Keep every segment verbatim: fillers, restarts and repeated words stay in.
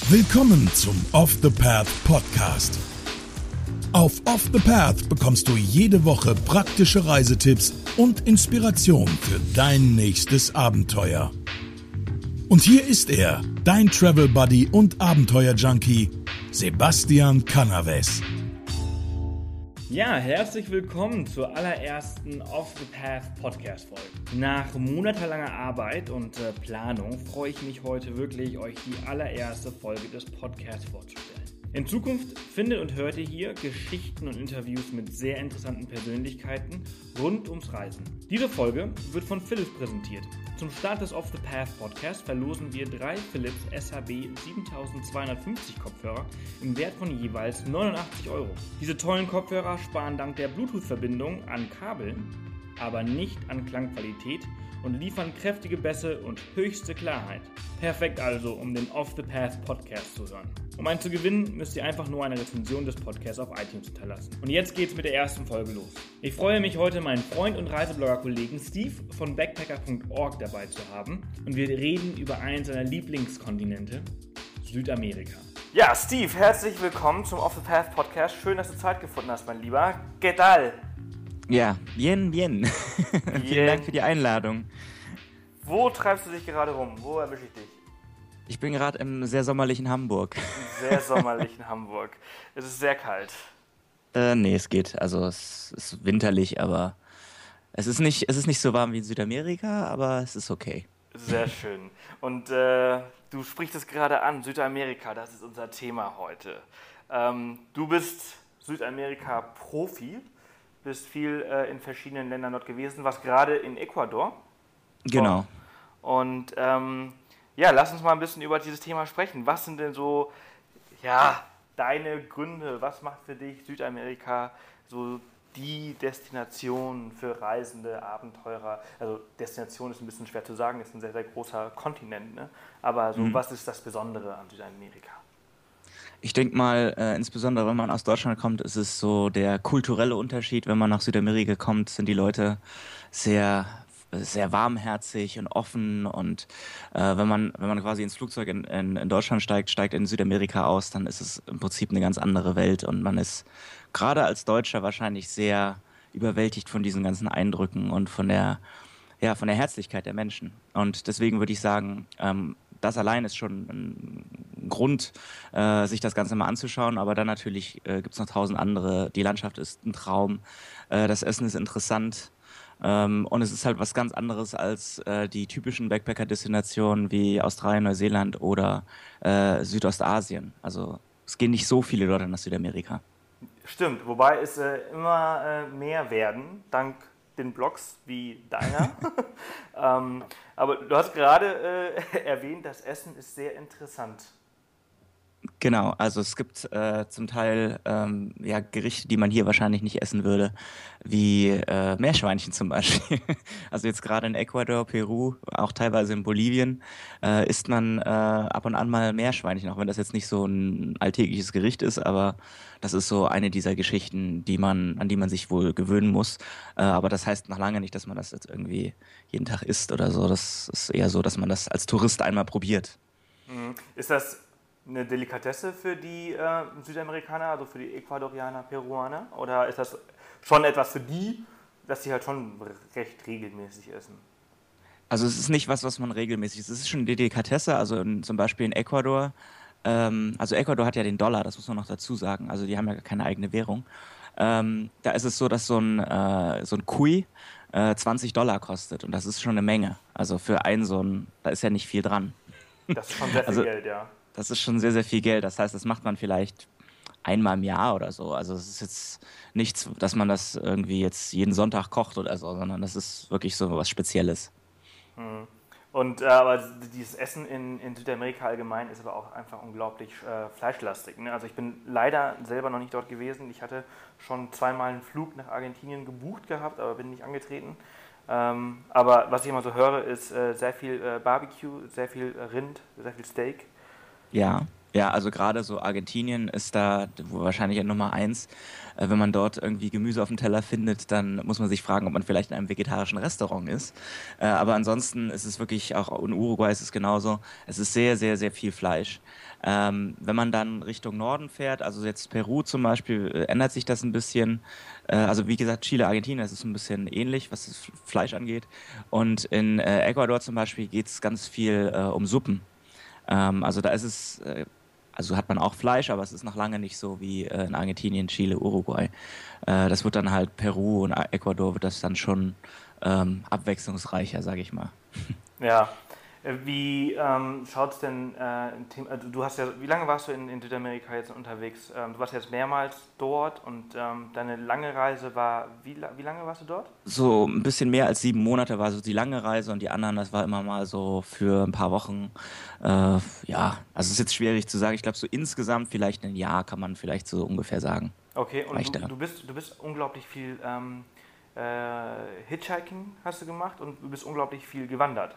Willkommen zum Off the Path Podcast. Auf Off the Path bekommst du jede Woche praktische Reisetipps und Inspiration für dein nächstes Abenteuer. Und hier ist er, dein Travel Buddy und Abenteuer-Junkie, Sebastian Canaves. Ja, herzlich willkommen zur allerersten Off the Path Podcast-Folge. Nach monatelanger Arbeit und äh, Planung freue ich mich heute wirklich, euch die allererste Folge des Podcasts vorzustellen. In Zukunft findet und hört ihr hier Geschichten und Interviews mit sehr interessanten Persönlichkeiten rund ums Reisen. Diese Folge wird von Philips präsentiert. Zum Start des Off the Path Podcast verlosen wir drei Philips S H B siebentausendzweihundertfünfzig Kopfhörer im Wert von jeweils neunundachtzig Euro. Diese tollen Kopfhörer sparen dank der Bluetooth-Verbindung an Kabeln, aber nicht an Klangqualität und liefern kräftige Bässe und höchste Klarheit. Perfekt also, um den Off the Path Podcast zu hören. Um einen zu gewinnen, müsst ihr einfach nur eine Rezension des Podcasts auf iTunes hinterlassen. Und jetzt geht's mit der ersten Folge los. Ich freue mich heute, meinen Freund und Reiseblogger-Kollegen Steve von backpacker punkt org dabei zu haben. Und wir reden über einen seiner Lieblingskontinente, Südamerika. Ja, Steve, herzlich willkommen zum Off the Path Podcast. Schön, dass du Zeit gefunden hast, mein Lieber. ¿Qué tal? Ja, bien, bien. bien. Vielen Dank für die Einladung. Wo treibst du dich gerade rum? Wo erwische ich dich? Ich bin gerade im sehr sommerlichen Hamburg. Im sehr sommerlichen Hamburg. Es ist sehr kalt. Äh, nee, es geht. Also es ist winterlich, aber es ist nicht, es ist nicht so warm wie in Südamerika, aber es ist okay. Sehr schön. Und äh, du sprichst es gerade an, Südamerika, das ist unser Thema heute. Ähm, du bist Südamerika-Profi, bist viel äh, in verschiedenen Ländern dort gewesen, warst gerade in Ecuador. Genau. Und ähm, ja, lass uns mal ein bisschen über dieses Thema sprechen. Was sind denn so, ja, deine Gründe? Was macht für dich Südamerika so die Destination für Reisende, Abenteurer? Also Destination ist ein bisschen schwer zu sagen, ist ein sehr, sehr großer Kontinent, ne? Aber so, mhm. was ist das Besondere an Südamerika? Ich denke mal, äh, insbesondere wenn man aus Deutschland kommt, ist es so der kulturelle Unterschied. Wenn man nach Südamerika kommt, sind die Leute sehr sehr warmherzig und offen und äh, wenn man wenn man quasi ins Flugzeug in, in, in Deutschland steigt, steigt in Südamerika aus, dann ist es im Prinzip eine ganz andere Welt und man ist gerade als Deutscher wahrscheinlich sehr überwältigt von diesen ganzen Eindrücken und von der ja von der Herzlichkeit der Menschen. Und deswegen würde ich sagen, ähm, das allein ist schon ein Grund, äh, sich das Ganze mal anzuschauen, aber dann natürlich äh, gibt es noch tausend andere. Die Landschaft ist ein Traum, äh, das Essen ist interessant. Ähm, und es ist halt was ganz anderes als äh, die typischen Backpacker-Destinationen wie Australien, Neuseeland oder äh, Südostasien. Also es gehen nicht so viele Leute nach Südamerika. Stimmt, wobei es äh, immer äh, mehr werden, dank den Blogs wie deiner. ähm, aber du hast gerade äh, erwähnt, das Essen ist sehr interessant. Genau, also es gibt äh, zum Teil ähm, ja, Gerichte, die man hier wahrscheinlich nicht essen würde, wie äh, Meerschweinchen zum Beispiel. Also jetzt gerade in Ecuador, Peru, auch teilweise in Bolivien, äh, isst man äh, ab und an mal Meerschweinchen, auch wenn das jetzt nicht so ein alltägliches Gericht ist, aber das ist so eine dieser Geschichten, die man, an die man sich wohl gewöhnen muss. Äh, aber das heißt noch lange nicht, dass man das jetzt irgendwie jeden Tag isst oder so. Das ist eher so, dass man das als Tourist einmal probiert. Mhm. Ist das eine Delikatesse für die äh, Südamerikaner, also für die Ecuadorianer, Peruaner? Oder ist das schon etwas für die, dass sie halt schon recht regelmäßig essen? Also es ist nicht was, was man regelmäßig isst. Es ist schon eine Delikatesse, also in, zum Beispiel in Ecuador. Ähm, also Ecuador hat ja den Dollar, das muss man noch dazu sagen. Also die haben ja keine eigene Währung. Ähm, da ist es so, dass so ein, äh, so ein Cuy äh, zwanzig Dollar kostet. Und das ist schon eine Menge. Also für einen so ein, da ist ja nicht viel dran. Das ist schon sehr viel also, Geld, ja. Das ist schon sehr, sehr viel Geld. Das heißt, das macht man vielleicht einmal im Jahr oder so. Also es ist jetzt nichts, dass man das irgendwie jetzt jeden Sonntag kocht oder so, sondern das ist wirklich so was Spezielles. Hm. Und äh, aber dieses Essen in, in Südamerika allgemein ist aber auch einfach unglaublich äh, fleischlastig. Ne? Also ich bin leider selber noch nicht dort gewesen. Ich hatte schon zweimal einen Flug nach Argentinien gebucht gehabt, aber bin nicht angetreten. Ähm, aber was ich immer so höre, ist äh, sehr viel äh, Barbecue, sehr viel Rind, sehr viel Steak. Ja. Ja, also gerade so Argentinien ist da wahrscheinlich ja Nummer eins. Äh, wenn man dort irgendwie Gemüse auf dem Teller findet, dann muss man sich fragen, ob man vielleicht in einem vegetarischen Restaurant ist. Äh, aber ansonsten ist es wirklich, auch in Uruguay ist es genauso, es ist sehr, sehr, sehr viel Fleisch. Ähm, wenn man dann Richtung Norden fährt, also jetzt Peru zum Beispiel, äh, ändert sich das ein bisschen. Äh, also wie gesagt, Chile, Argentinien, das ist ein bisschen ähnlich, was das Fleisch angeht. Und in äh, Ecuador zum Beispiel geht es ganz viel äh, um Suppen. Ähm, also da ist es, äh, also hat man auch Fleisch, aber es ist noch lange nicht so wie äh, in Argentinien, Chile, Uruguay. Äh, das wird dann halt Peru und Ecuador wird das dann schon ähm, abwechslungsreicher, sage ich mal. Ja. Äh, Wie ähm, schaut es denn, äh, im Thema- also du hast ja, wie lange warst du in, in Südamerika jetzt unterwegs? Ähm, du warst jetzt mehrmals dort und ähm, deine lange Reise war, wie, la- wie lange warst du dort? So ein bisschen mehr als sieben Monate war so die lange Reise und die anderen, das war immer mal so für ein paar Wochen. Äh, ja, also es ist jetzt schwierig zu sagen. Ich glaube, so insgesamt vielleicht ein Jahr kann man vielleicht so ungefähr sagen. Okay, und du, Reicht da. du bist, du bist unglaublich viel ähm, äh, Hitchhiking hast du gemacht und du bist unglaublich viel gewandert.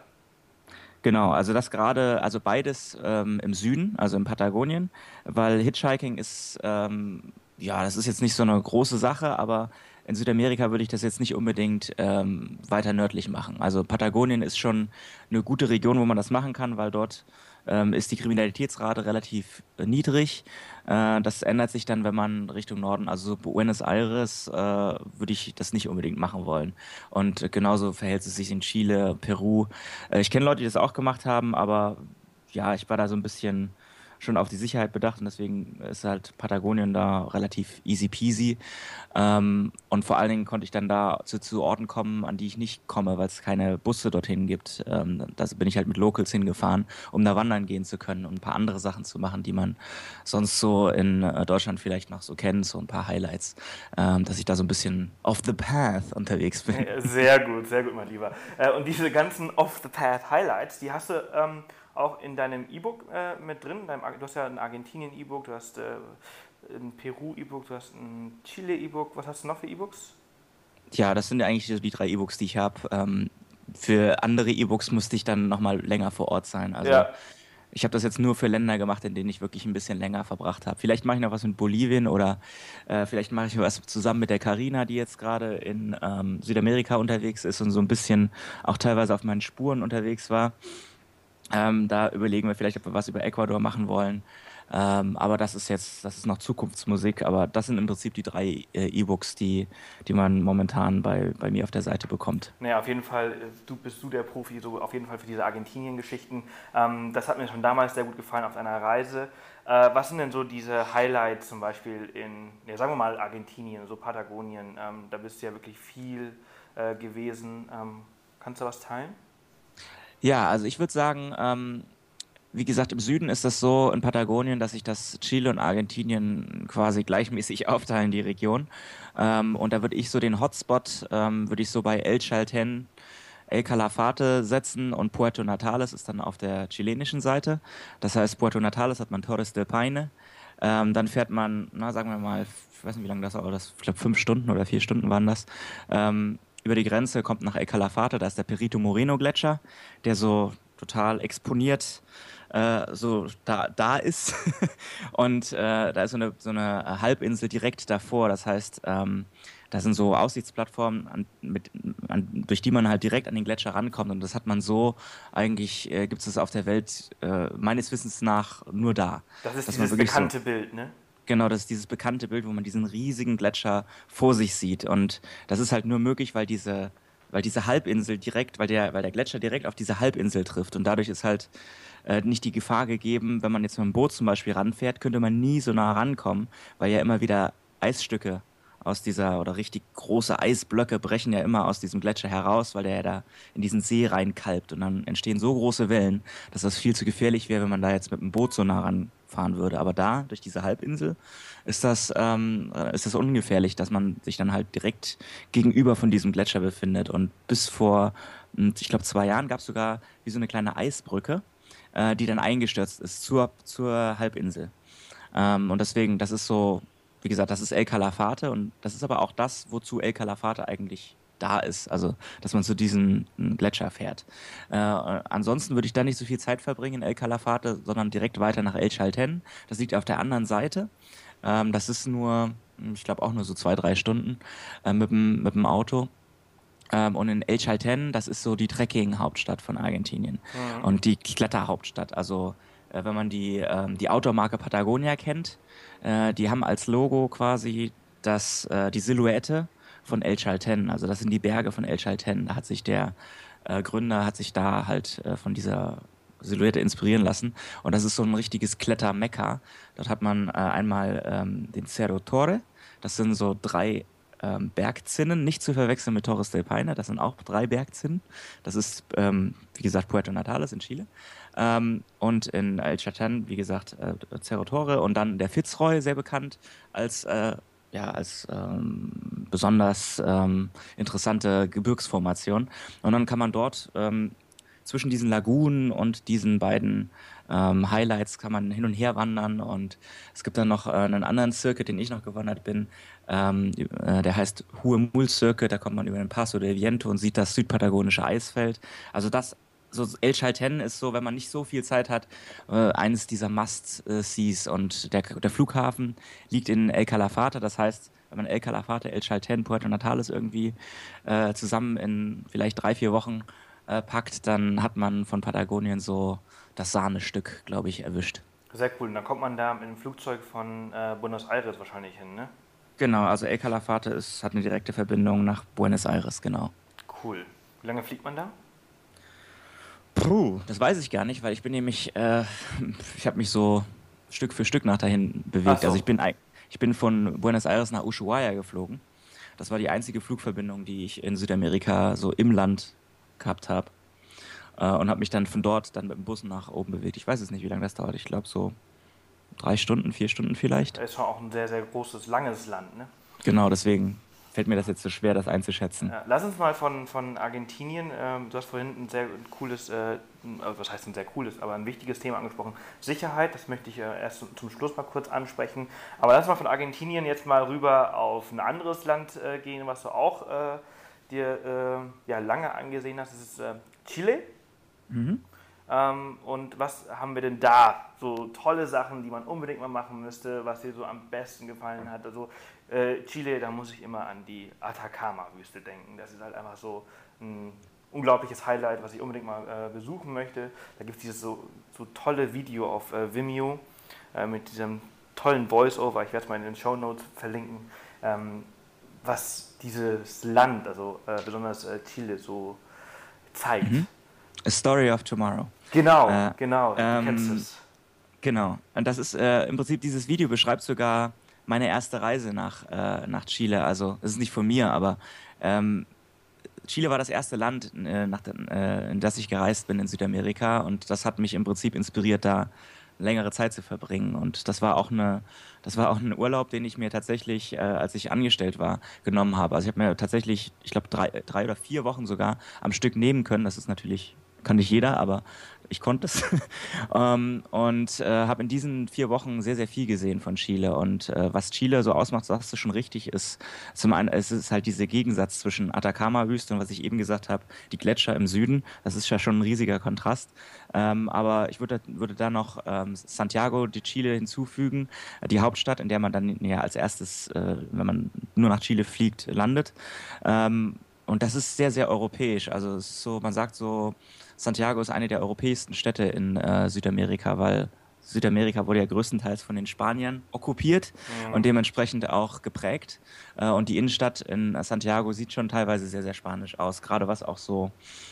Genau, also das gerade, also beides ähm, im Süden, also in Patagonien, weil Hitchhiking ist, ähm, ja, das ist jetzt nicht so eine große Sache, aber in Südamerika würde ich das jetzt nicht unbedingt ähm, weiter nördlich machen. Also Patagonien ist schon eine gute Region, wo man das machen kann, weil dort ähm, ist die Kriminalitätsrate relativ äh, niedrig. Äh, das ändert sich dann, wenn man Richtung Norden, also so Buenos Aires, äh, würde ich das nicht unbedingt machen wollen. Und äh, genauso verhält es sich in Chile, Peru. Äh, ich kenne Leute, die das auch gemacht haben, aber ja, ich war da so ein bisschen schon auf die Sicherheit bedacht und deswegen ist halt Patagonien da relativ easy peasy. Ähm, und vor allen Dingen konnte ich dann da zu, zu Orten kommen, an die ich nicht komme, weil es keine Busse dorthin gibt. Ähm, da bin ich halt mit Locals hingefahren, um da wandern gehen zu können und ein paar andere Sachen zu machen, die man sonst so in äh, Deutschland vielleicht noch so kennt, so ein paar Highlights, ähm, dass ich da so ein bisschen off the path unterwegs bin. Sehr gut, sehr gut, mein Lieber. Äh, Und diese ganzen Off-the-Path-Highlights, die hast du ähm, auch in deinem E-Book äh, mit drin. Deinem, Ar- du hast ja ein Argentinien-E-Book, du hast äh, ein Peru-E-Book, du hast ein Chile-E-Book. Was hast du noch für E-Books? Ja, das sind ja eigentlich so die drei E-Books, die ich habe. Ähm, für andere E-Books musste ich dann nochmal länger vor Ort sein. Also Ja, ich habe das jetzt nur für Länder gemacht, in denen ich wirklich ein bisschen länger verbracht habe. Vielleicht mache ich noch was mit Bolivien oder äh, vielleicht mache ich was zusammen mit der Carina, die jetzt gerade in ähm, Südamerika unterwegs ist und so ein bisschen auch teilweise auf meinen Spuren unterwegs war. Ähm, da überlegen wir vielleicht, ob wir was über Ecuador machen wollen. Ähm, aber das ist jetzt, das ist noch Zukunftsmusik. Aber das sind im Prinzip die drei äh, E-Books, die, die man momentan bei, bei mir auf der Seite bekommt. naja, auf jeden Fall äh, du, bist du der Profi, so auf jeden Fall für diese Argentinien-Geschichten. Ähm, das hat mir schon damals sehr gut gefallen auf deiner Reise. Äh, was sind denn so diese Highlights zum Beispiel in, ja, sagen wir mal Argentinien, so Patagonien? Ähm, da bist du ja wirklich viel äh, gewesen. Ähm, kannst du was teilen? Ja, also ich würde sagen, ähm, wie gesagt, im Süden ist das so in Patagonien, dass sich das Chile und Argentinien quasi gleichmäßig aufteilen, die Region. Ähm, und da würde ich so den Hotspot, ähm, würde ich so bei El Chaltén, El Calafate setzen und Puerto Natales ist dann auf der chilenischen Seite. Das heißt, Puerto Natales hat man Torres del Paine. Ähm, dann fährt man, na, sagen wir mal, ich weiß nicht, wie lange das war, aber das, ich glaube, fünf Stunden oder vier Stunden waren das. Ähm, über die Grenze kommt nach El Calafate, da ist der Perito Moreno Gletscher, der so total exponiert äh, so da, da ist. Und äh, da ist so eine, so eine Halbinsel direkt davor. Das heißt, ähm, da sind so Aussichtsplattformen, an, mit, an, durch die man halt direkt an den Gletscher rankommt. Und das hat man so, eigentlich äh, gibt es das auf der Welt äh, meines Wissens nach nur da. Das ist Dass man dieses wirklich so, bekannte Bild, ne? genau, das ist dieses bekannte Bild, wo man diesen riesigen Gletscher vor sich sieht. Und das ist halt nur möglich, weil diese, weil diese Halbinsel direkt, weil der, weil der Gletscher direkt auf diese Halbinsel trifft. Und dadurch ist halt äh, nicht die Gefahr gegeben, wenn man jetzt mit dem Boot zum Beispiel ranfährt, könnte man nie so nah rankommen, weil ja immer wieder Eisstücke aus dieser, oder richtig große Eisblöcke brechen ja immer aus diesem Gletscher heraus, weil der ja da in diesen See reinkalbt und dann entstehen so große Wellen, dass das viel zu gefährlich wäre, wenn man da jetzt mit dem Boot so nah ranfahren würde. Aber da, durch diese Halbinsel, ist das, ähm, äh, ist das ungefährlich, dass man sich dann halt direkt gegenüber von diesem Gletscher befindet. Und bis vor, hm, ich glaube, zwei Jahren gab es sogar wie so eine kleine Eisbrücke, äh, die dann eingestürzt ist zur, zur Halbinsel. Ähm, und deswegen, das ist so, wie gesagt, das ist El Calafate und das ist aber auch das, wozu El Calafate eigentlich da ist, also dass man zu diesem Gletscher fährt. Äh, ansonsten würde ich da nicht so viel Zeit verbringen in El Calafate, sondern direkt weiter nach El Chaltén. Das liegt auf der anderen Seite. Ähm, das ist nur, ich glaube auch nur so zwei, drei Stunden äh, mit dem mit dem Auto. Ähm, und in El Chaltén, das ist so die Trekking-Hauptstadt von Argentinien Mhm. und die Kletterhauptstadt. Also äh, wenn man die, ähm, die Outdoor-Marke Patagonia kennt, äh, die haben als Logo quasi das, äh, die Silhouette von El Chaltén. Also das sind die Berge von El Chaltén. Da hat sich der äh, Gründer, hat sich da halt äh, von dieser Silhouette inspirieren lassen. Und das ist so ein richtiges Klettermekka. Dort hat man äh, einmal ähm, den Cerro Torre. Das sind so drei ähm, Bergzinnen, nicht zu verwechseln mit Torres del Paine. Das sind auch drei Bergzinnen. Das ist, ähm, wie gesagt, Puerto Natales in Chile. Ähm, und in El Chaltén, wie gesagt, äh, Cerro Torre. Und dann der Fitzroy, sehr bekannt als äh, ja, als ähm, besonders ähm, interessante Gebirgsformation. Und dann kann man dort ähm, zwischen diesen Lagunen und diesen beiden ähm, Highlights kann man hin und her wandern. Und es gibt dann noch äh, einen anderen Circuit, den ich noch gewandert bin. Ähm, äh, der heißt Huemul Circuit. Da kommt man über den Paso del Viento und sieht das südpatagonische Eisfeld. Also das So El Chaltén ist so, wenn man nicht so viel Zeit hat, äh, eines dieser Must-Sees. Und der, der Flughafen liegt in El Calafate. Das heißt, wenn man El Calafate, El Chaltén, Puerto Natales irgendwie äh, zusammen in vielleicht drei, vier Wochen äh, packt, dann hat man von Patagonien so das Sahnestück, glaube ich, erwischt. Sehr cool. Und dann kommt man da mit dem Flugzeug von äh, Buenos Aires wahrscheinlich hin, ne? Genau, also El Calafate ist, hat eine direkte Verbindung nach Buenos Aires, genau. Cool. Wie lange fliegt man da? Puh, das weiß ich gar nicht, weil ich bin nämlich, äh, ich habe mich so Stück für Stück nach dahin Ach bewegt. so. Also ich bin, eig- ich bin von Buenos Aires nach Ushuaia geflogen. Das war die einzige Flugverbindung, die ich in Südamerika so im Land gehabt habe. Äh, und habe mich dann von dort dann mit dem Bus nach oben bewegt. Ich weiß jetzt nicht, wie lange das dauert. Ich glaube so drei Stunden, vier Stunden vielleicht. Das ist schon auch ein sehr, sehr großes, langes Land, ne? Genau, deswegen fällt mir das jetzt so schwer, das einzuschätzen. Ja, lass uns mal von, von Argentinien, ähm, du hast vorhin ein sehr cooles, äh, also was heißt ein sehr cooles, aber ein wichtiges Thema angesprochen. Sicherheit, das möchte ich äh, erst zum, zum Schluss mal kurz ansprechen. Aber lass uns mal von Argentinien jetzt mal rüber auf ein anderes Land äh, gehen, was du auch äh, dir äh, ja, lange angesehen hast. Das ist äh, Chile. Mhm. Ähm, und was haben wir denn da? So tolle Sachen, die man unbedingt mal machen müsste, was dir so am besten gefallen hat. Also äh, Chile, da muss ich immer an die Atacama-Wüste denken. Das ist halt einfach so ein unglaubliches Highlight, was ich unbedingt mal äh, besuchen möchte. Da gibt es dieses so, so tolle Video auf äh, Vimeo äh, mit diesem tollen Voice-Over. Ich werde es mal in den Shownotes verlinken, ähm, was dieses Land, also äh, besonders äh, Chile, so zeigt. Mhm. A Story of Tomorrow. Genau, Äh, genau, du ähm, kennst es. Genau. Und das ist äh, im Prinzip, dieses Video beschreibt sogar meine erste Reise nach, äh, nach Chile. Also, es ist nicht von mir, aber ähm, Chile war das erste Land, äh, nach, äh, in das ich gereist bin in Südamerika. Und das hat mich im Prinzip inspiriert, da längere Zeit zu verbringen. Und das war auch eine, das war auch ein Urlaub, den ich mir tatsächlich, äh, als ich angestellt war, genommen habe. Also ich habe mir tatsächlich, ich glaube, drei, drei oder vier Wochen sogar am Stück nehmen können. Das ist natürlich, kann nicht jeder, aber ich konnte es. ähm, und äh, habe in diesen vier Wochen sehr, sehr viel gesehen von Chile. Und äh, was Chile so ausmacht, sagst du schon richtig, ist zum einen, es ist halt dieser Gegensatz zwischen Atacama-Wüste und was ich eben gesagt habe, die Gletscher im Süden. Das ist ja schon ein riesiger Kontrast. Ähm, aber ich würde, würde da noch ähm, Santiago de Chile hinzufügen, die Hauptstadt, in der man dann ja als erstes, äh, wenn man nur nach Chile fliegt, landet. Ähm, und das ist sehr, sehr europäisch. Also es ist so, man sagt so, Santiago ist eine der europäischsten Städte in äh, Südamerika, weil Südamerika wurde ja größtenteils von den Spaniern okkupiert Mhm. und dementsprechend auch geprägt. Äh, und die Innenstadt in Santiago sieht schon teilweise sehr, sehr spanisch aus, gerade was auch so,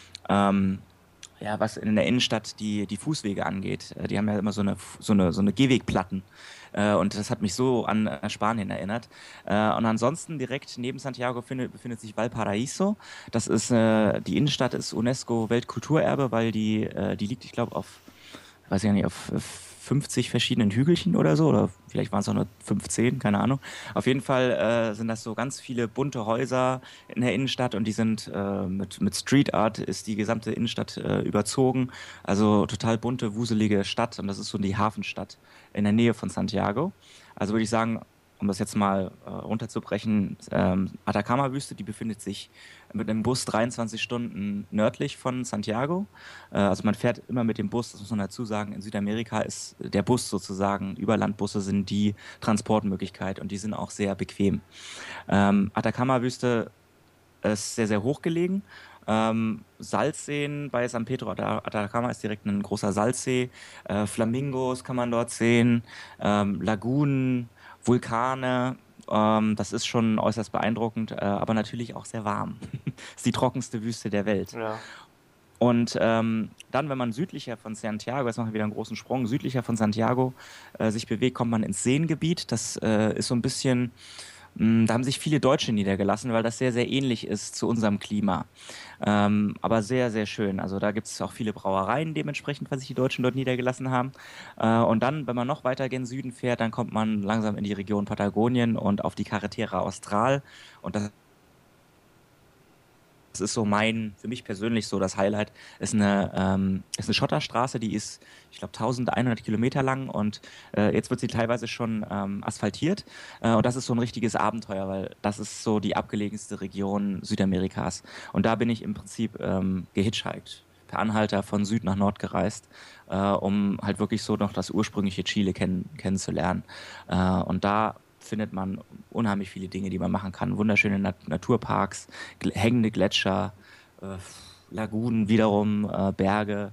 ähm, ja, was in der Innenstadt die, die Fußwege angeht. Äh, die haben ja immer so eine, so eine, so eine Gehwegplatten. Äh, und das hat mich so an äh, Spanien erinnert. Äh, und ansonsten direkt neben Santiago findet, befindet sich Valparaíso. Das ist, äh, die Innenstadt ist UNESCO-Weltkulturerbe, weil die, äh, die liegt, ich glaube, auf, weiß ich nicht, auf fünfzig verschiedenen Hügelchen oder so, oder vielleicht waren es auch nur fünfzehn, keine Ahnung. Auf jeden Fall äh, sind das so ganz viele bunte Häuser in der Innenstadt und die sind äh, mit, mit Street Art ist die gesamte Innenstadt äh, überzogen. Also total bunte, wuselige Stadt und das ist so die Hafenstadt in der Nähe von Santiago. Also würde ich sagen, um das jetzt mal äh, runterzubrechen, ähm, Atacama-Wüste, die befindet sich mit einem Bus dreiundzwanzig Stunden nördlich von Santiago. Äh, also man fährt immer mit dem Bus, das muss man dazu sagen, in Südamerika ist der Bus sozusagen, Überlandbusse sind die Transportmöglichkeit und die sind auch sehr bequem. Ähm, Atacama-Wüste ist sehr, sehr hoch gelegen. Ähm, Salzseen bei San Pedro Atacama ist direkt ein großer Salzsee. Äh, Flamingos kann man dort sehen, ähm, Lagunen, Vulkane. Ähm, das ist schon äußerst beeindruckend, äh, aber natürlich auch sehr warm. Ist die trockenste Wüste der Welt. Ja. Und ähm, dann, wenn man südlicher von Santiago, jetzt machen wir wieder einen großen Sprung, südlicher von Santiago äh, sich bewegt, kommt man ins Seengebiet. Das äh, ist so ein bisschen, mh, da haben sich viele Deutsche niedergelassen, weil das sehr, sehr ähnlich ist zu unserem Klima. Ähm, aber sehr, sehr schön. Also da gibt es auch viele Brauereien dementsprechend, weil sich die Deutschen dort niedergelassen haben. Äh, und dann, wenn man noch weiter gen Süden fährt, dann kommt man langsam in die Region Patagonien und auf die Carretera Austral. Und das Das ist so mein, für mich persönlich so das Highlight, ist eine, ähm, ist eine Schotterstraße, die ist, ich glaube, eintausendeinhundert Kilometer lang und äh, jetzt wird sie teilweise schon ähm, asphaltiert äh, und das ist so ein richtiges Abenteuer, weil das ist so die abgelegenste Region Südamerikas und da bin ich im Prinzip ähm, gehitchhiked, per Anhalter von Süd nach Nord gereist, äh, um halt wirklich so noch das ursprüngliche Chile kenn kennenzulernen äh, und da findet man unheimlich viele Dinge, die man machen kann. Wunderschöne Nat Naturparks, gl hängende Gletscher, äh, Lagunen wiederum, äh, Berge,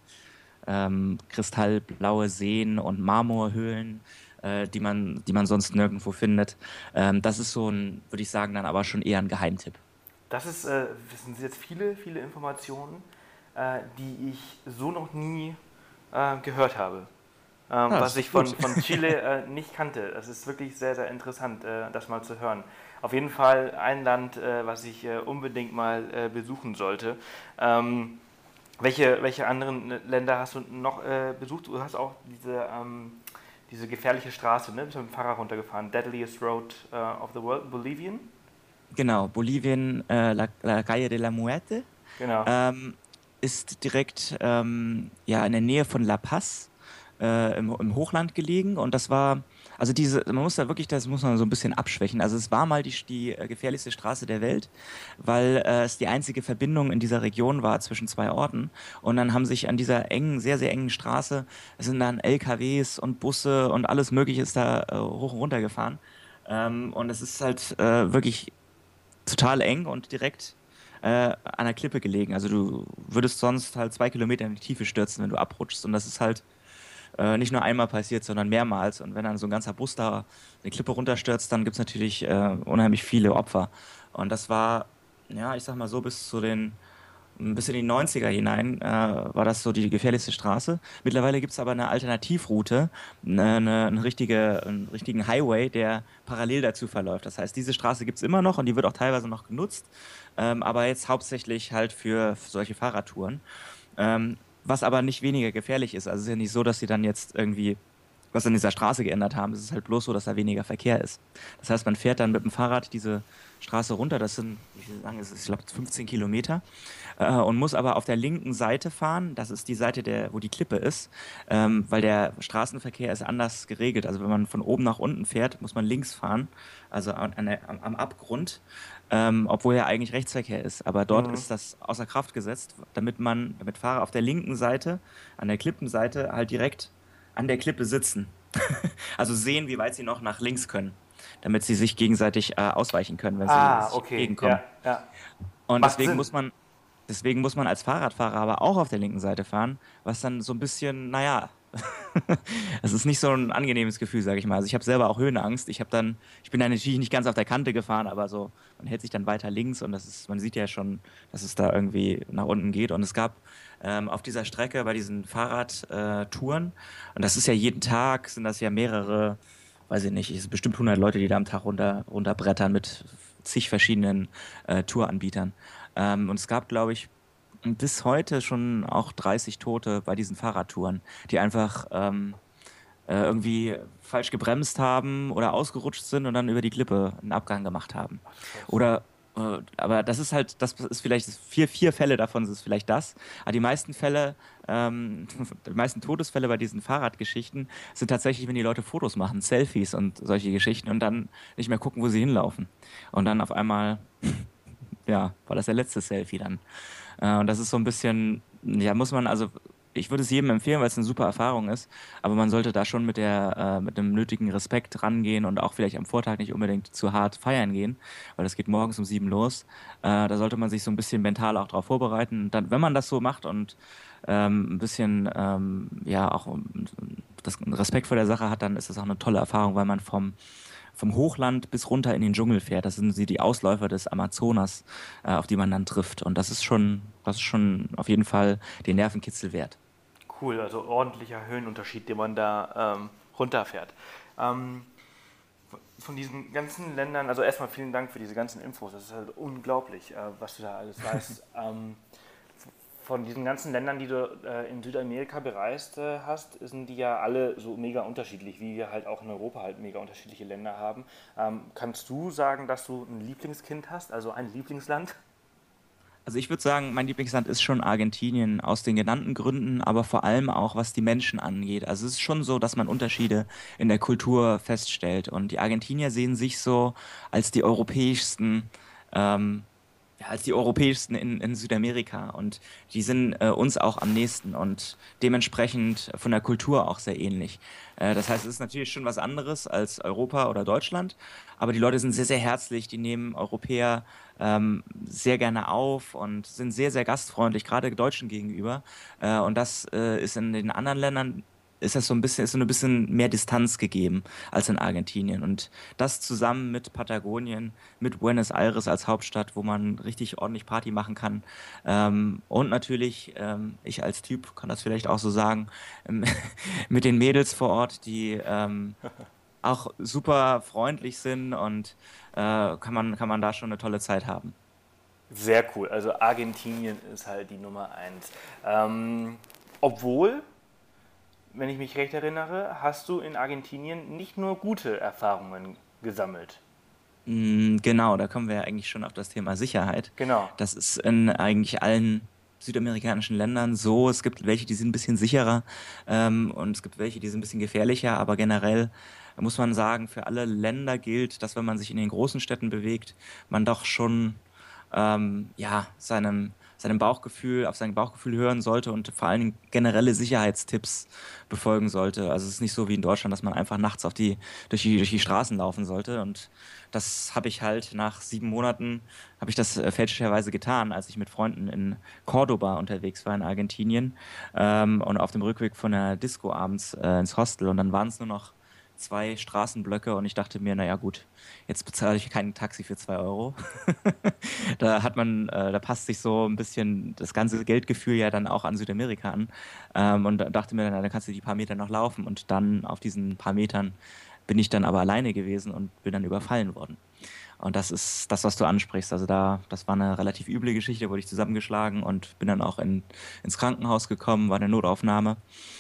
ähm, kristallblaue Seen und Marmorhöhlen, äh, die man, die man sonst nirgendwo findet. Ähm, das ist so ein, würde ich sagen, dann aber schon eher ein Geheimtipp. Das ist, äh, das sind jetzt viele, viele Informationen, äh, die ich so noch nie äh, gehört habe. Ähm, Ja, was ist ich von, gut. von Chile äh, nicht kannte. Das ist wirklich sehr, sehr interessant, äh, das mal zu hören. Auf jeden Fall ein Land, äh, was ich äh, unbedingt mal äh, besuchen sollte. Ähm, welche, welche anderen Länder hast du noch äh, besucht? Du hast auch diese, ähm, diese gefährliche Straße, ne? Bist mit dem Fahrrad runtergefahren. Deadliest Road uh, of the World, Bolivien? Genau, Bolivien, äh, La, La Calle de la Muerte, Genau. ähm, ist direkt ähm, ja, in der Nähe von La Paz. Äh, im, im Hochland gelegen und das war, also diese, man muss da wirklich, das muss man so ein bisschen abschwächen. Also es war mal die, die äh, gefährlichste Straße der Welt, weil äh, es die einzige Verbindung in dieser Region war zwischen zwei Orten und dann haben sich an dieser engen, sehr, sehr engen Straße, es sind dann L K Ws und Busse und alles Mögliche ist da äh, hoch und runter gefahren ähm, und es ist halt äh, wirklich total eng und direkt äh, an der Klippe gelegen. Also du würdest sonst halt zwei Kilometer in die Tiefe stürzen, wenn du abrutschst und das ist halt äh, nicht nur einmal passiert, sondern mehrmals. Und wenn dann so ein ganzer Bus da eine Klippe runterstürzt, dann gibt es natürlich äh, unheimlich viele Opfer. Und das war, ja, ich sag mal so, bis zu den, bis in die neunziger hinein äh, war das so die gefährlichste Straße. Mittlerweile gibt es aber eine Alternativroute, eine, eine, eine richtige, einen richtigen Highway, der parallel dazu verläuft. Das heißt, diese Straße gibt es immer noch und die wird auch teilweise noch genutzt, ähm, aber jetzt hauptsächlich halt für, für solche Fahrradtouren. Ähm, Was aber nicht weniger gefährlich ist. Also es ist ja nicht so, dass sie dann jetzt irgendwie was an dieser Straße geändert haben. Es ist halt bloß so, dass da weniger Verkehr ist. Das heißt, man fährt dann mit dem Fahrrad diese Straße runter. Das sind, wie lange ist es? Ich glaube, fünfzehn Kilometer. Äh, und muss aber auf der linken Seite fahren. Das ist die Seite, der, wo die Klippe ist. Ähm, weil der Straßenverkehr ist anders geregelt. Also wenn man von oben nach unten fährt, muss man links fahren. Also an, an der, am, am Abgrund. Ähm, obwohl ja eigentlich Rechtsverkehr ist. Aber dort Mhm. ist das außer Kraft gesetzt, damit man, damit Fahrer auf der linken Seite, an der Klippenseite halt direkt an der Klippe sitzen. Also sehen, wie weit sie noch nach links können, damit sie sich gegenseitig äh, ausweichen können, wenn Ah, sie sich okay. entgegenkommen. Ja, ja. Und Macht deswegen Sinn. muss man, deswegen muss man als Fahrradfahrer aber auch auf der linken Seite fahren, was dann so ein bisschen, naja, es ist nicht so ein angenehmes Gefühl, sage ich mal. Also ich habe selber auch Höhenangst. Ich habe dann, ich bin dann natürlich nicht ganz auf der Kante gefahren, aber so, man hält sich dann weiter links und das ist, man sieht ja schon, dass es da irgendwie nach unten geht. Und es gab ähm, auf dieser Strecke bei diesen Fahrradtouren, und das ist ja jeden Tag, sind das ja mehrere, weiß ich nicht, es sind bestimmt hundert Leute, die da am Tag runter, runterbrettern mit zig verschiedenen äh, Touranbietern. Ähm, und es gab, glaube ich, bis heute schon auch dreißig Tote bei diesen Fahrradtouren, die einfach ähm, äh, irgendwie falsch gebremst haben oder ausgerutscht sind und dann über die Klippe einen Abgang gemacht haben. Oder Äh, aber das ist halt, das ist vielleicht vier, vier Fälle davon ist vielleicht das. Aber die meisten Fälle, ähm, die meisten Todesfälle bei diesen Fahrradgeschichten sind tatsächlich, wenn die Leute Fotos machen, Selfies und solche Geschichten und dann nicht mehr gucken, wo sie hinlaufen. Und dann auf einmal, ja, war das der letzte Selfie dann. Äh, und das ist so ein bisschen, ja, muss man also ich würde es jedem empfehlen, weil es eine super Erfahrung ist, aber man sollte da schon mit der, äh, mit dem nötigen Respekt rangehen und auch vielleicht am Vortag nicht unbedingt zu hart feiern gehen, weil das geht morgens um sieben los. Äh, da sollte man sich so ein bisschen mental auch darauf vorbereiten. Und dann, wenn man das so macht und ähm, ein bisschen, ähm, ja, auch um, das Respekt vor der Sache hat, dann ist das auch eine tolle Erfahrung, weil man vom vom Hochland bis runter in den Dschungel fährt. Das sind sie die Ausläufer des Amazonas, äh, auf die man dann trifft. Und das ist schon, das ist schon auf jeden Fall den Nervenkitzel wert. Cool, also ordentlicher Höhenunterschied, den man da ähm, runterfährt. Ähm, von diesen ganzen Ländern, also erstmal vielen Dank für diese ganzen Infos. Das ist halt unglaublich, äh, was du da alles weißt. ähm, Von diesen ganzen Ländern, die du äh, in Südamerika bereist äh, hast, sind die ja alle so mega unterschiedlich, wie wir halt auch in Europa halt mega unterschiedliche Länder haben. Ähm, kannst du sagen, dass du ein Lieblingskind hast, also ein Lieblingsland? Also ich würde sagen, mein Lieblingsland ist schon Argentinien aus den genannten Gründen, aber vor allem auch, was die Menschen angeht. Also es ist schon so, dass man Unterschiede in der Kultur feststellt. Und die Argentinier sehen sich so als die europäischsten ähm, ja, als die europäischsten in, in Südamerika und die sind äh, uns auch am nächsten und dementsprechend von der Kultur auch sehr ähnlich. Äh, das heißt, es ist natürlich schon was anderes als Europa oder Deutschland, aber die Leute sind sehr, sehr herzlich, die nehmen Europäer ähm, sehr gerne auf und sind sehr, sehr gastfreundlich, gerade Deutschen gegenüber. Äh, und das äh, ist in den anderen Ländern ist das so ein bisschen, ist so ein bisschen mehr Distanz gegeben als in Argentinien. Und das zusammen mit Patagonien, mit Buenos Aires als Hauptstadt, wo man richtig ordentlich Party machen kann. Ähm, und natürlich, ähm, ich als Typ kann das vielleicht auch so sagen, ähm, mit den Mädels vor Ort, die ähm, auch super freundlich sind und äh, kann man, kann man da schon eine tolle Zeit haben. Sehr cool, also Argentinien ist halt die Nummer eins. Ähm, obwohl, wenn ich mich recht erinnere, hast du in Argentinien nicht nur gute Erfahrungen gesammelt. Mm, Genau, da kommen wir ja eigentlich schon auf das Thema Sicherheit. Genau. Das ist in eigentlich allen südamerikanischen Ländern so. Es gibt welche, die sind ein bisschen sicherer ähm, und es gibt welche, die sind ein bisschen gefährlicher, aber generell muss man sagen, für alle Länder gilt, dass wenn man sich in den großen Städten bewegt, man doch schon ähm, ja, seinem, seinem Bauchgefühl, auf sein Bauchgefühl hören sollte und vor allen Dingen generelle Sicherheitstipps befolgen sollte. Also es ist nicht so wie in Deutschland, dass man einfach nachts auf die, durch die, durch die Straßen laufen sollte. Und das habe ich halt nach sieben Monaten, habe ich das äh, fälschlicherweise getan, als ich mit Freunden in Cordoba unterwegs war in Argentinien ähm, und auf dem Rückweg von der Disco abends äh, ins Hostel. Und dann waren es nur noch zwei Straßenblöcke und ich dachte mir, naja gut, jetzt bezahle ich kein Taxi für zwei Euro. Da hat man, äh, da passt sich so ein bisschen das ganze Geldgefühl ja dann auch an Südamerika an. Ähm, und da dachte mir, na, dann kannst du die paar Meter noch laufen. Und dann auf diesen paar Metern bin ich dann aber alleine gewesen und bin dann überfallen worden. Und das ist das, was du ansprichst. Also da, das war eine relativ üble Geschichte, wurde ich zusammengeschlagen und bin dann auch in, ins Krankenhaus gekommen, war eine Notaufnahme.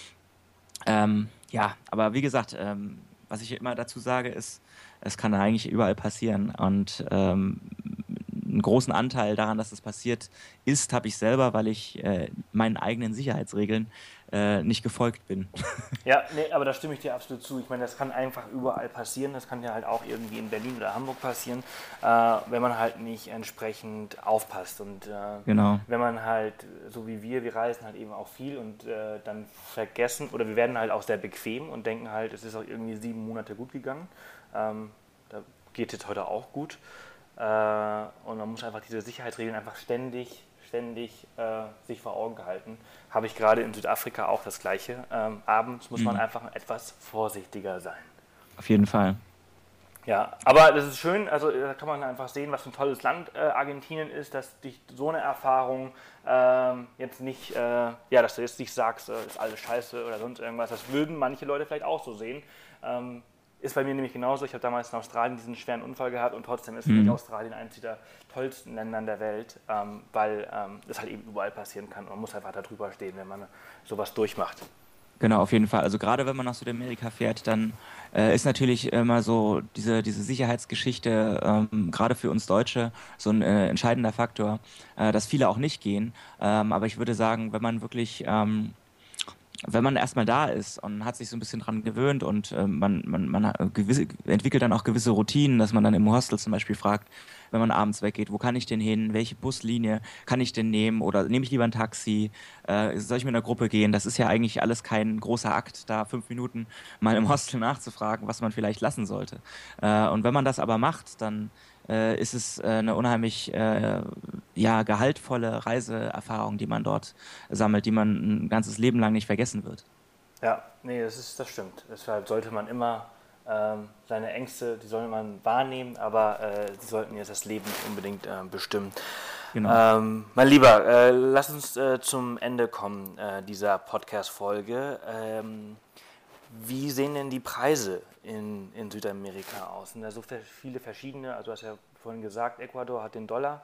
Ähm, ja, aber wie gesagt, ähm, was ich immer dazu sage, ist, es kann eigentlich überall passieren. Und ähm, einen großen Anteil daran, dass das passiert ist, habe ich selber, weil ich äh, meinen eigenen Sicherheitsregeln äh, nicht gefolgt bin. Ja, nee, aber da stimme ich dir absolut zu. Ich meine, das kann einfach überall passieren. Das kann ja halt auch irgendwie in Berlin oder Hamburg passieren, äh, wenn man halt nicht entsprechend aufpasst. Und äh, Genau. wenn man halt, so wie wir, wir reisen halt eben auch viel und äh, dann vergessen, oder wir werden halt auch sehr bequem und denken halt, es ist auch irgendwie sieben Monate gut gegangen. Ähm, da geht es heute auch gut. Äh, und man muss einfach diese Sicherheitsregeln einfach ständig ständig äh, sich vor Augen gehalten. Habe ich gerade in Südafrika auch das Gleiche. Ähm, abends muss man Mhm. einfach etwas vorsichtiger sein. Auf jeden Fall. Ja, aber das ist schön, also da kann man einfach sehen, was für ein tolles Land äh, Argentinien ist, dass dich so eine Erfahrung ähm, jetzt nicht, äh, ja, dass du jetzt nicht sagst, äh, ist alles scheiße oder sonst irgendwas. Das würden manche Leute vielleicht auch so sehen. Ähm, Ist bei mir nämlich genauso. Ich habe damals in Australien diesen schweren Unfall gehabt und trotzdem ist für mich Mhm. Australien eines der tollsten Länder der Welt, ähm, weil ähm, es halt eben überall passieren kann und man muss einfach da drüber stehen, wenn man sowas durchmacht. Genau, auf jeden Fall. Also gerade wenn man nach Südamerika fährt, dann äh, ist natürlich immer so diese, diese Sicherheitsgeschichte, ähm, gerade für uns Deutsche, so ein äh, entscheidender Faktor, äh, dass viele auch nicht gehen. Ähm, aber ich würde sagen, wenn man wirklich ähm, wenn man erstmal da ist und hat sich so ein bisschen dran gewöhnt und äh, man, man, man hat gewisse, entwickelt dann auch gewisse Routinen, dass man dann im Hostel zum Beispiel fragt, wenn man abends weggeht, wo kann ich denn hin, welche Buslinie kann ich denn nehmen oder nehme ich lieber ein Taxi, äh, soll ich mit einer Gruppe gehen? Das ist ja eigentlich alles kein großer Akt, da fünf Minuten mal im Hostel nachzufragen, was man vielleicht lassen sollte. Äh, und wenn man das aber macht, dann äh, ist es äh, eine unheimlich äh, ja, gehaltvolle Reiseerfahrung, die man dort sammelt, die man ein ganzes Leben lang nicht vergessen wird. Ja, nee, das ist, das stimmt. Deshalb sollte man immer ähm, seine Ängste, die sollte man wahrnehmen, aber äh, die sollten jetzt das Leben nicht unbedingt äh, bestimmen. Genau. Ähm, mein Lieber, äh, lass uns äh, zum Ende kommen äh, dieser Podcast-Folge. Ähm, wie sehen denn die Preise in, in Südamerika aus? Sind da so viele verschiedene, also du hast ja vorhin gesagt, Ecuador hat den Dollar.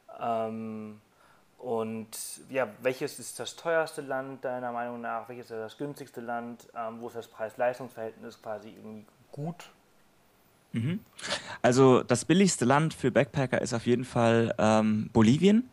Ähm, und ja, welches ist das teuerste Land deiner Meinung nach? Welches ist das günstigste Land? Ähm, wo ist das Preis-Leistungs-Verhältnis quasi irgendwie gut? Mhm. Also das billigste Land für Backpacker ist auf jeden Fall ähm, Bolivien.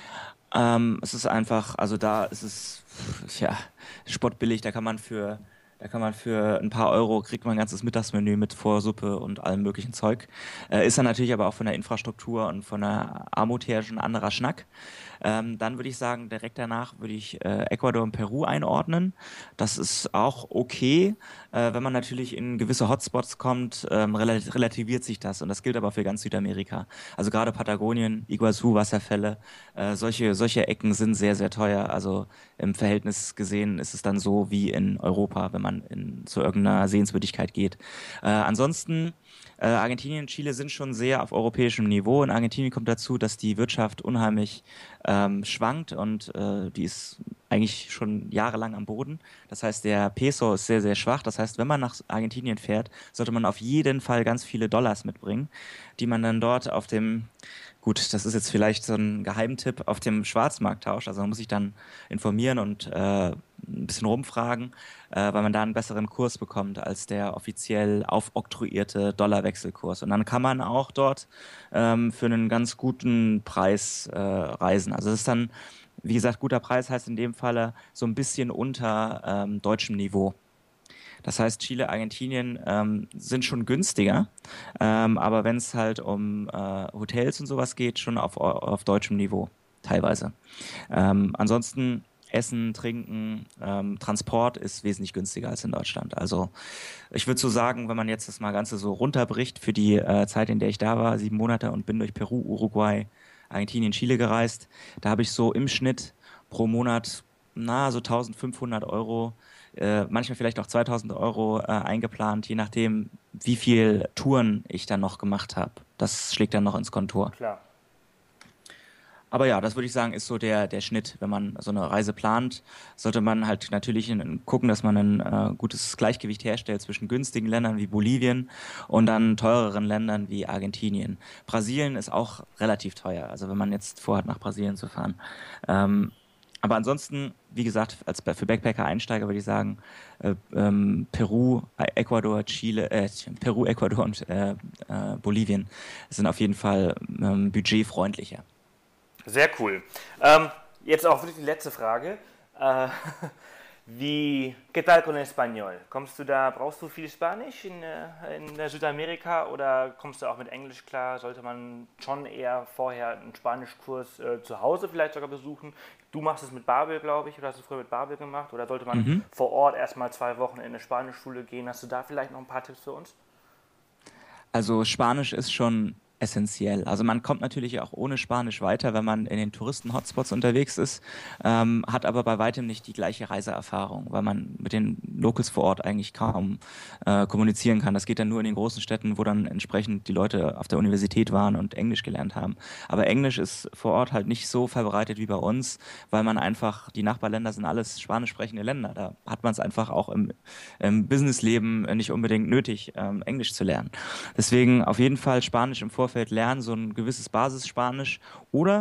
Ähm, es ist einfach, also da ist es, ja, spottbillig, da kann man für, da kann man für ein paar Euro kriegt man ein ganzes Mittagsmenü mit Vorsuppe und allem möglichen Zeug. Äh, ist dann natürlich aber auch von der Infrastruktur und von der Armut her schon ein anderer Schnack. Ähm, dann würde ich sagen, direkt danach würde ich äh, Ecuador und Peru einordnen. Das ist auch okay. Äh, wenn man natürlich in gewisse Hotspots kommt, ähm, rel relativiert sich das. Und das gilt aber für ganz Südamerika. Also gerade Patagonien, Iguazu-Wasserfälle, äh, solche, solche Ecken sind sehr, sehr teuer. Also im Verhältnis gesehen ist es dann so wie in Europa, wenn man in, zu irgendeiner Sehenswürdigkeit geht. Äh, ansonsten äh, Argentinien und Chile sind schon sehr auf europäischem Niveau. In Argentinien kommt dazu, dass die Wirtschaft unheimlich ähm, schwankt und äh, die ist eigentlich schon jahrelang am Boden. Das heißt, der Peso ist sehr, sehr schwach. Das heißt, wenn man nach Argentinien fährt, sollte man auf jeden Fall ganz viele Dollars mitbringen, die man dann dort auf dem, gut, das ist jetzt vielleicht so ein Geheimtipp, auf dem Schwarzmarkt tauscht. Also man muss sich dann informieren und äh, ein bisschen rumfragen, äh, weil man da einen besseren Kurs bekommt als der offiziell aufoktroyierte Dollarwechselkurs. Und dann kann man auch dort ähm, für einen ganz guten Preis äh, reisen. Also das ist dann, wie gesagt, guter Preis heißt in dem Falle so ein bisschen unter ähm, deutschem Niveau. Das heißt, Chile, Argentinien ähm, sind schon günstiger, ähm, aber wenn es halt um äh, Hotels und sowas geht, schon auf, auf deutschem Niveau teilweise. Ähm, ansonsten Essen, Trinken, ähm, Transport ist wesentlich günstiger als in Deutschland. Also ich würde so sagen, wenn man jetzt das mal Ganze so runterbricht für die äh, Zeit, in der ich da war, sieben Monate und bin durch Peru, Uruguay, Argentinien, Chile gereist, da habe ich so im Schnitt pro Monat na so eintausendfünfhundert Euro, äh, manchmal vielleicht auch zweitausend Euro äh, eingeplant, je nachdem, wie viel Touren ich dann noch gemacht habe. Das schlägt dann noch ins Kontor. Klar. Aber ja, das würde ich sagen, ist so der, der Schnitt. Wenn man so eine Reise plant, sollte man halt natürlich in, gucken, dass man ein äh, gutes Gleichgewicht herstellt zwischen günstigen Ländern wie Bolivien und dann teureren Ländern wie Argentinien. Brasilien ist auch relativ teuer, also wenn man jetzt vorhat, nach Brasilien zu fahren. Ähm, aber ansonsten, wie gesagt, als für Backpacker-Einsteiger würde ich sagen, äh, ähm, Peru, Ecuador, Chile, äh, Peru, Ecuador und äh, äh, Bolivien sind auf jeden Fall ähm, budgetfreundlicher. Sehr cool. Ähm, jetzt auch wirklich die letzte Frage. Äh, wie, ¿qué tal con Español? Kommst du da, brauchst du viel Spanisch in, in Südamerika oder kommst du auch mit Englisch klar? Sollte man schon eher vorher einen Spanischkurs äh, zu Hause vielleicht sogar besuchen? Du machst es mit Babel, glaube ich, oder hast du früher mit Babel gemacht? Oder sollte man mhm. vor Ort erstmal zwei Wochen in eine Spanischschule gehen? Hast du da vielleicht noch ein paar Tipps für uns? Also Spanisch ist schon essentiell. Also man kommt natürlich auch ohne Spanisch weiter, wenn man in den Touristen-Hotspots unterwegs ist, ähm, hat aber bei weitem nicht die gleiche Reiseerfahrung, weil man mit den Locals vor Ort eigentlich kaum äh, kommunizieren kann. Das geht dann nur in den großen Städten, wo dann entsprechend die Leute auf der Universität waren und Englisch gelernt haben. Aber Englisch ist vor Ort halt nicht so verbreitet wie bei uns, weil man einfach, die Nachbarländer sind alles spanisch sprechende Länder. Da hat man es einfach auch im, im Businessleben nicht unbedingt nötig, ähm, Englisch zu lernen. Deswegen auf jeden Fall Spanisch im Vorfeld lernen, so ein gewisses Basisspanisch oder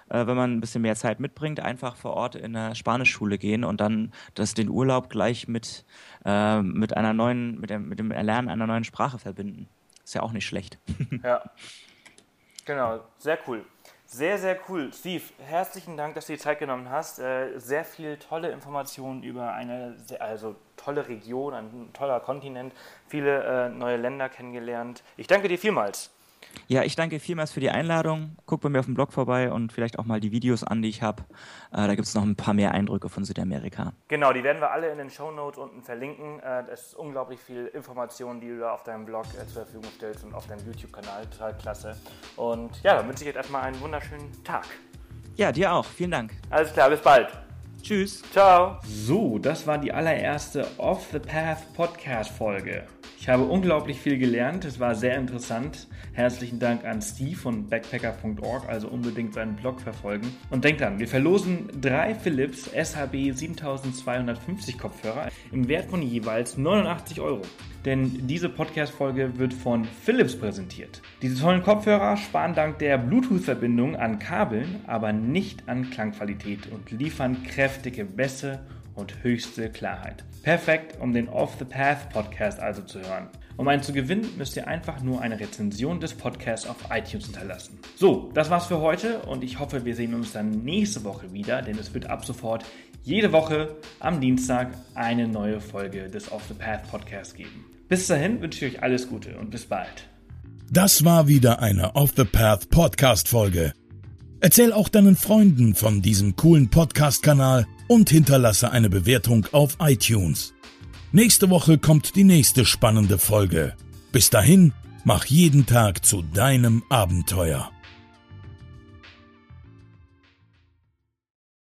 äh, wenn man ein bisschen mehr Zeit mitbringt, einfach vor Ort in eine Spanischschule gehen und dann das, den Urlaub gleich mit, äh, mit einer neuen, mit dem, mit dem Erlernen einer neuen Sprache verbinden. Ist ja auch nicht schlecht. Ja, genau, sehr cool. Sehr, sehr cool. Steve, herzlichen Dank, dass du die Zeit genommen hast. Sehr viel tolle Informationen über eine sehr, also tolle Region, ein toller Kontinent, viele äh, neue Länder kennengelernt. Ich danke dir vielmals. Ja, ich danke vielmals für die Einladung. Guck bei mir auf dem Blog vorbei und vielleicht auch mal die Videos an, die ich habe. Äh, da gibt es noch ein paar mehr Eindrücke von Südamerika. Genau, die werden wir alle in den Shownotes unten verlinken. Äh, es ist unglaublich viel Information, die du da auf deinem Blog äh, zur Verfügung stellst und auf deinem YouTube-Kanal. Total klasse. Und ja, dann wünsche ich jetzt erstmal einen wunderschönen Tag. Ja, dir auch. Vielen Dank. Alles klar, bis bald. Tschüss. Ciao. So, das war die allererste Off the Path Podcast Folge. Ich habe unglaublich viel gelernt, es war sehr interessant. Herzlichen Dank an Steve von backpacker punkt org, also unbedingt seinen Blog verfolgen. Und denkt dran, wir verlosen drei Philips S H B siebentausendzweihundertfünfzig Kopfhörer im Wert von jeweils neunundachtzig Euro. Denn diese Podcast-Folge wird von Philips präsentiert. Diese tollen Kopfhörer sparen dank der Bluetooth-Verbindung an Kabeln, aber nicht an Klangqualität und liefern kräftige Bässe und höchste Klarheit. Perfekt, um den Off the Path Podcast also zu hören. Um einen zu gewinnen, müsst ihr einfach nur eine Rezension des Podcasts auf iTunes hinterlassen. So, das war's für heute und ich hoffe, wir sehen uns dann nächste Woche wieder, denn es wird ab sofort jede Woche am Dienstag eine neue Folge des Off the Path Podcasts geben. Bis dahin wünsche ich euch alles Gute und bis bald. Das war wieder eine Off the Path Podcast Folge. Erzähl auch deinen Freunden von diesem coolen Podcast-Kanal und hinterlasse eine Bewertung auf iTunes. Nächste Woche kommt die nächste spannende Folge. Bis dahin, mach jeden Tag zu deinem Abenteuer.